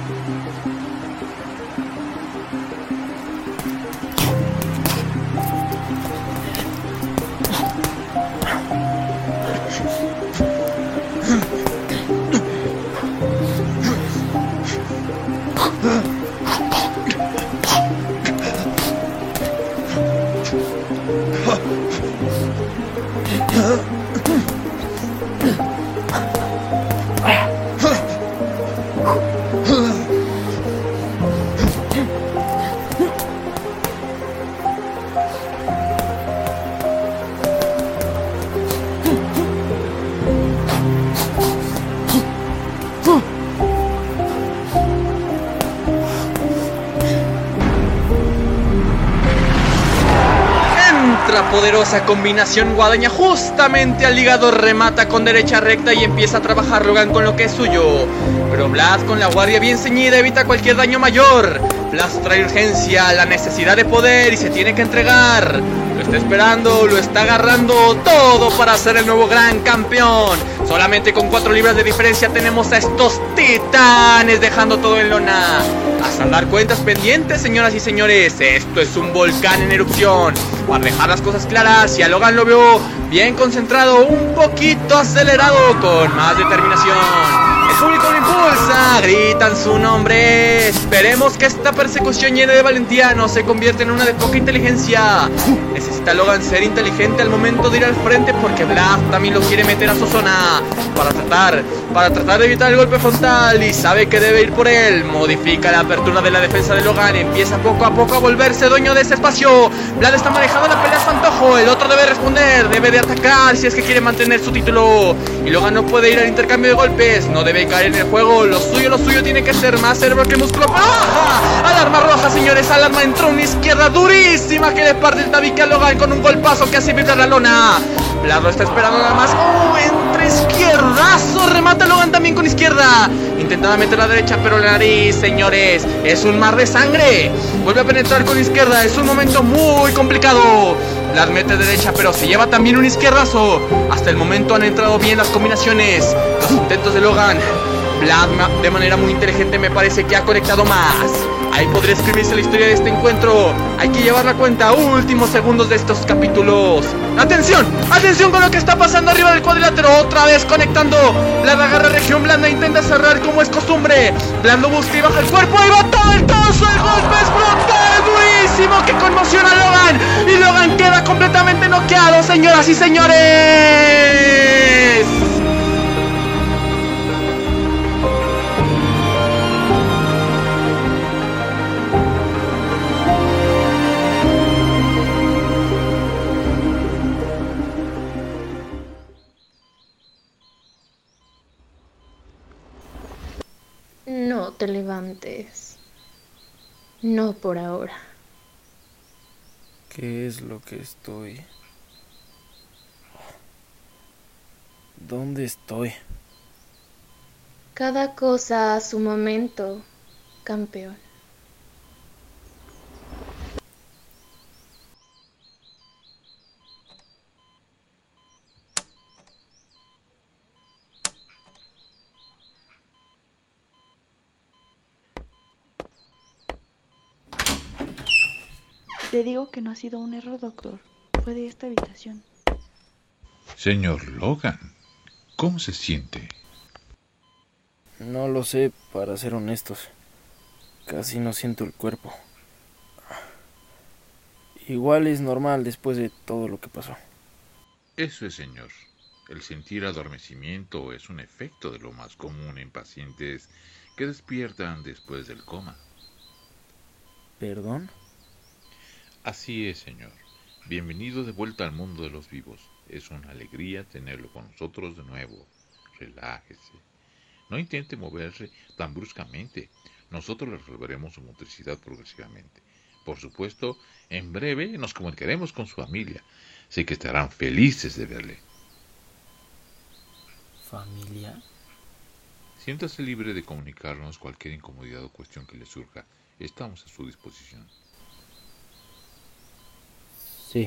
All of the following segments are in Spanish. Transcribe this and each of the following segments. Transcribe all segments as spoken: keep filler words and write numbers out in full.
Poderosa combinación guadaña justamente al hígado, remata con derecha recta y empieza a trabajar Logan con lo que es suyo. Pero Vlad, con la guardia bien ceñida, evita cualquier daño mayor. Vlad trae urgencia, la necesidad de poder y se tiene que entregar. Lo está esperando, lo está agarrando todo para ser el nuevo gran campeón. Solamente con cuatro libras de diferencia tenemos a estos titanes dejando todo en lona. A saldar cuentas pendientes, señoras y señores. Esto es un volcán en erupción. Para dejar las cosas claras, y a Logan lo veo bien concentrado, un poquito acelerado, con más determinación. El público lo impulsa, gritan su nombre. Esperemos que esta persecución llena de valentía no se convierta en una de poca inteligencia. Necesita Logan ser inteligente al momento de ir al frente, porque Vlad también lo quiere meter a su zona. Para tratar, para tratar de evitar el golpe frontal, y sabe que debe ir por él. Modifica la apertura de la defensa de Logan, empieza poco a poco a volverse dueño de ese espacio. Vlad está manejando la pelea a su antojo, el otro debe responder, debe de atacar si es que quiere mantener su título. Y Logan no puede ir al intercambio de golpes, no debe caer en el juego. Lo suyo, lo suyo tiene que ser más cerebro que músculo. ¡Ah! Alarma roja, señores, alarma. Entró una izquierda durísima que le parte el tabique a Logan con un golpazo que hace vibrar la lona. Vlad lo está esperando nada más. ¡Oh! Entre izquierdazo, remata Logan también con izquierda. Intentaba meter la derecha, pero la nariz, señores, es un mar de sangre. Vuelve a penetrar con izquierda, es un momento muy complicado. Vlad mete derecha, pero se lleva también un izquierdazo. Hasta el momento han entrado bien las combinaciones, los intentos de Logan. Vlad, de manera muy inteligente, me parece que ha conectado más. Ahí podría escribirse la historia de este encuentro. Hay que llevar la cuenta, últimos segundos de estos capítulos. ¡Atención! ¡Atención con lo que está pasando arriba del cuadrilátero! Otra vez conectando. Vlad agarra región blanda, intenta cerrar como es costumbre. Vlad lo busca y baja el cuerpo. ¡Ahí va todo el torso! ¡El golpe es brutal! ¡Durísimo! ¡Que conmociona a Logan! Y Logan queda completamente noqueado, señoras y señores. No te levantes. No por ahora. ¿Qué es lo que estoy? ¿Dónde estoy? Cada cosa a su momento, campeón. Le digo que no ha sido un error, doctor. Fue de esta habitación. Señor Logan, ¿cómo se siente? No lo sé, para ser honestos. Casi no siento el cuerpo. Igual es normal después de todo lo que pasó. Eso es, señor. El sentir adormecimiento es un efecto de lo más común en pacientes que despiertan después del coma. ¿Perdón? Así es, señor. Bienvenido de vuelta al mundo de los vivos. Es una alegría tenerlo con nosotros de nuevo. Relájese. No intente moverse tan bruscamente. Nosotros le resolveremos su motricidad progresivamente. Por supuesto, en breve nos comunicaremos con su familia. Sé que estarán felices de verle. ¿Familia? Siéntase libre de comunicarnos cualquier incomodidad o cuestión que le surja. Estamos a su disposición. Sí.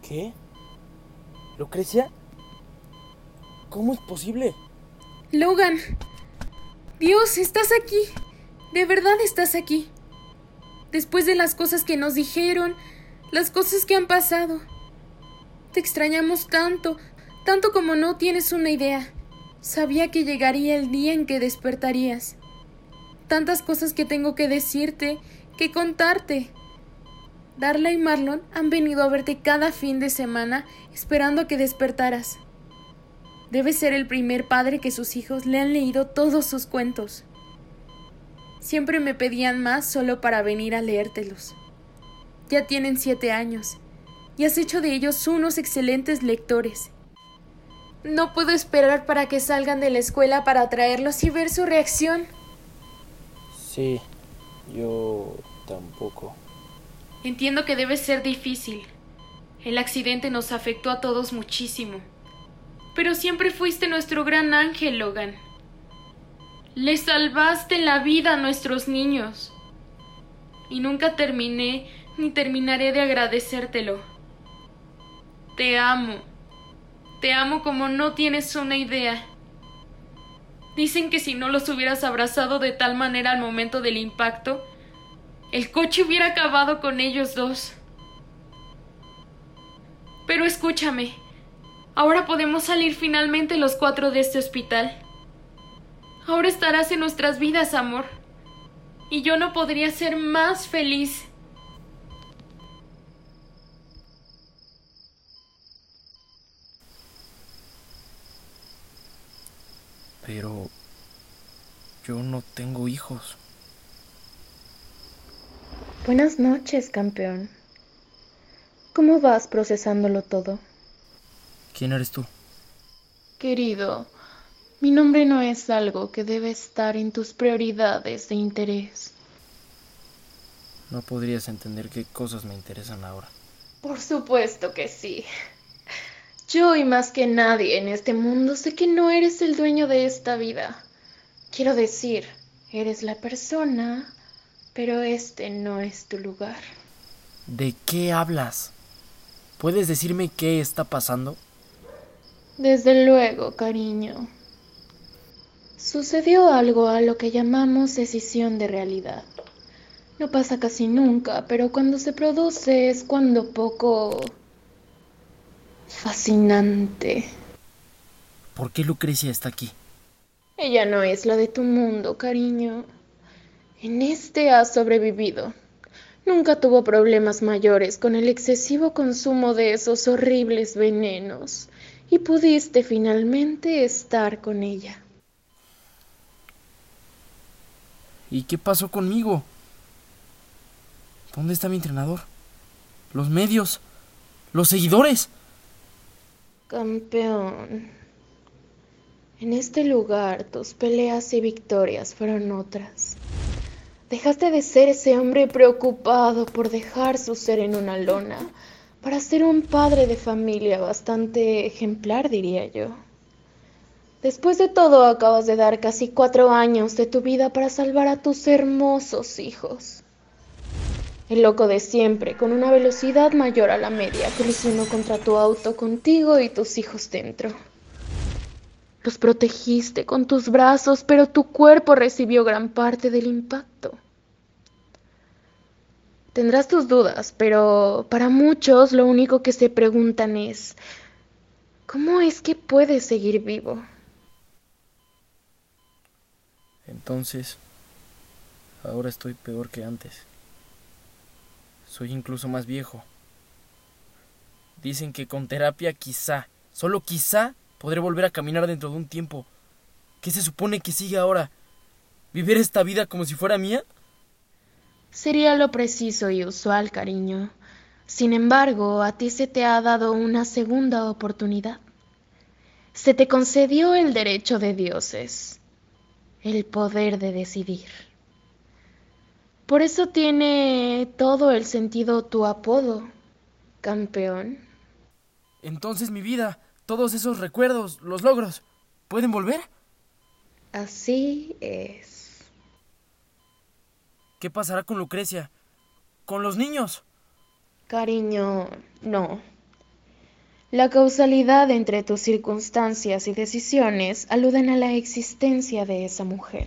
¿Qué? ¿Lucrecia? ¿Cómo es posible? Logan. Dios, estás aquí. De verdad estás aquí. Después de las cosas que nos dijeron, las cosas que han pasado. Te extrañamos tanto, tanto como no tienes una idea. Sabía que llegaría el día en que despertarías. Tantas cosas que tengo que decirte, que contarte. Darla y Marlon han venido a verte cada fin de semana esperando a que despertaras. Debes ser el primer padre que sus hijos le han leído todos sus cuentos. Siempre me pedían más solo para venir a leértelos. Ya tienen siete años y has hecho de ellos unos excelentes lectores. No puedo esperar para que salgan de la escuela para traerlos y ver su reacción. Sí, yo tampoco. Entiendo que debe ser difícil. El accidente nos afectó a todos muchísimo. Pero siempre fuiste nuestro gran ángel, Logan. Le salvaste la vida a nuestros niños. Y nunca terminé ni terminaré de agradecértelo. Te amo. Te amo como no tienes una idea. Dicen que si no los hubieras abrazado de tal manera al momento del impacto, el coche hubiera acabado con ellos dos. Pero escúchame. Ahora podemos salir finalmente los cuatro de este hospital. Ahora estarás en nuestras vidas, amor. Y yo no podría ser más feliz. Pero yo no tengo hijos. Buenas noches, campeón. ¿Cómo vas procesándolo todo? ¿Quién eres tú? Querido, mi nombre no es algo que debe estar en tus prioridades de interés. No podrías entender qué cosas me interesan ahora. Por supuesto que sí. Yo y más que nadie en este mundo sé que no eres el dueño de esta vida. Quiero decir, eres la persona, pero este no es tu lugar. ¿De qué hablas? ¿Puedes decirme qué está pasando? Desde luego, cariño. Sucedió algo a lo que llamamos escisión de realidad. No pasa casi nunca, pero cuando se produce es cuando poco... fascinante. ¿Por qué Lucrecia está aquí? Ella no es la de tu mundo, cariño. En este ha sobrevivido. Nunca tuvo problemas mayores con el excesivo consumo de esos horribles venenos. Y pudiste finalmente estar con ella. ¿Y qué pasó conmigo? ¿Dónde está mi entrenador? ¿Los medios? ¿Los seguidores? Campeón. En este lugar tus peleas y victorias fueron otras. Dejaste de ser ese hombre preocupado por dejar su ser en una lona para ser un padre de familia bastante ejemplar, diría yo. Después de todo, acabas de dar casi cuatro años de tu vida para salvar a tus hermosos hijos. El loco de siempre, con una velocidad mayor a la media, colisionó contra tu auto contigo y tus hijos dentro. Los protegiste con tus brazos, pero tu cuerpo recibió gran parte del impacto. Tendrás tus dudas, pero para muchos lo único que se preguntan es, ¿cómo es que puedes seguir vivo? Entonces, ahora estoy peor que antes. Soy incluso más viejo. Dicen que con terapia quizá, solo quizá, podré volver a caminar dentro de un tiempo. ¿Qué se supone que sigue ahora? ¿Vivir esta vida como si fuera mía? Sería lo preciso y usual, cariño. Sin embargo, a ti se te ha dado una segunda oportunidad. Se te concedió el derecho de dioses, el poder de decidir. Por eso tiene todo el sentido tu apodo, campeón. Entonces mi vida, todos esos recuerdos, los logros, ¿pueden volver? Así es. ¿Qué pasará con Lucrecia? ¿Con los niños? Cariño, no. La causalidad entre tus circunstancias y decisiones aluden a la existencia de esa mujer.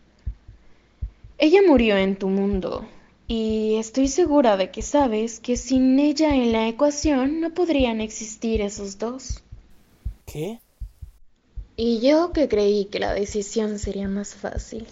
Ella murió en tu mundo, y estoy segura de que sabes que sin ella en la ecuación no podrían existir esos dos. ¿Qué? Y yo que creí que la decisión sería más fácil.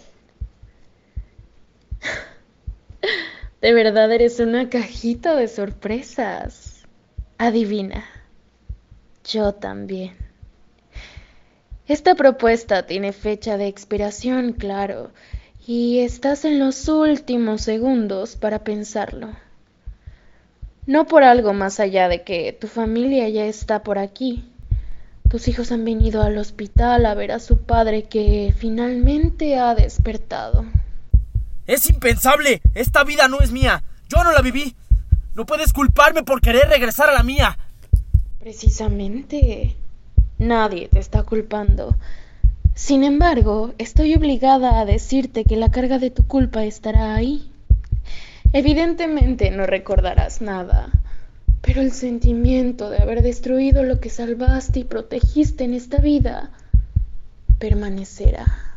De verdad eres una cajita de sorpresas. Adivina. Yo también. Esta propuesta tiene fecha de expiración, claro, y estás en los últimos segundos para pensarlo. No por algo más allá de que tu familia ya está por aquí. Tus hijos han venido al hospital a ver a su padre que finalmente ha despertado. ¡Es impensable! ¡Esta vida no es mía! ¡Yo no la viví! ¡No puedes culparme por querer regresar a la mía! Precisamente, nadie te está culpando. Sin embargo, estoy obligada a decirte que la carga de tu culpa estará ahí. Evidentemente no recordarás nada, pero el sentimiento de haber destruido lo que salvaste y protegiste en esta vida permanecerá.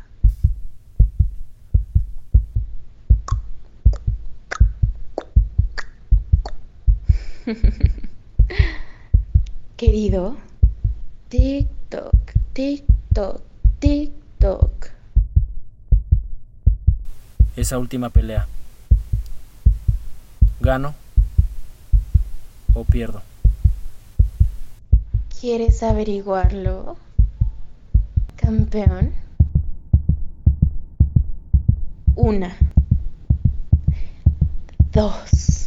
Querido, tic-toc, tic-toc, tic-toc. Esa última pelea. ¿Gano o pierdo? ¿Quieres averiguarlo, campeón? Una, dos,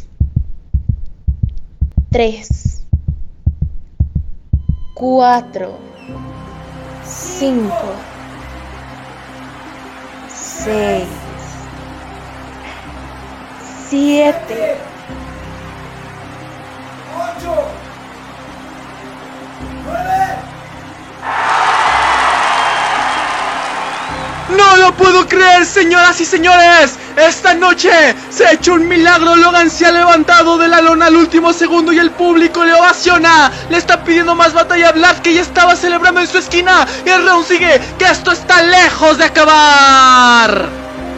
tres, cuatro, cinco, seis, siete, ¡No lo puedo creer, señoras y señores! ¡Esta noche se ha hecho un milagro! Logan se ha levantado de la lona al último segundo y el público le ovaciona. Le está pidiendo más batalla a Vlad, que ya estaba celebrando en su esquina. Y el round sigue, que esto está lejos de acabar.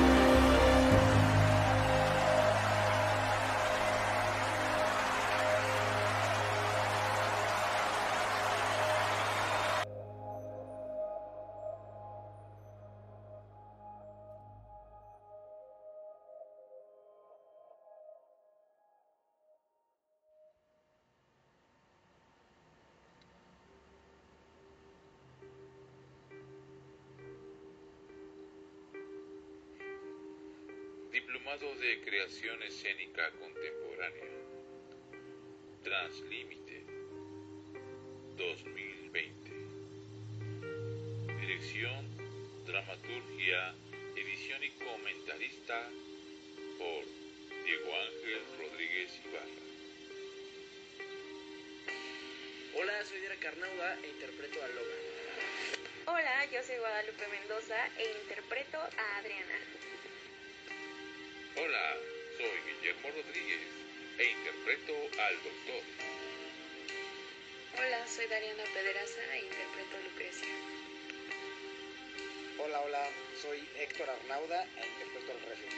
Diplomado de Creación Escénica Contemporánea. Translímite dos mil veinte. Dirección, dramaturgia, edición y comentarista por Diego Ángel Rodríguez Ibarra. Hola, soy Derek Arnauda e interpreto a Logan. Hola, yo soy Guadalupe Mendoza e interpreto a Adriana. Hola, soy Guillermo Rodríguez e interpreto al Doctor. Hola, soy Dariana Pederasa e interpreto a Lucrecia. Hola, hola, soy Héctor Arnauda e interpreto al Refe.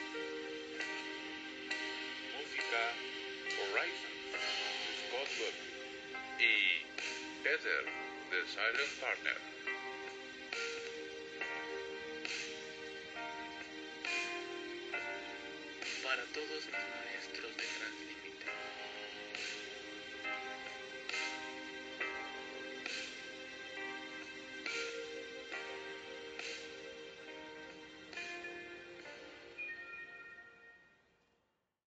Música, Horizon, Scott Buckley y Heather, The Silent Partner. Para todos mis maestros de Translímite.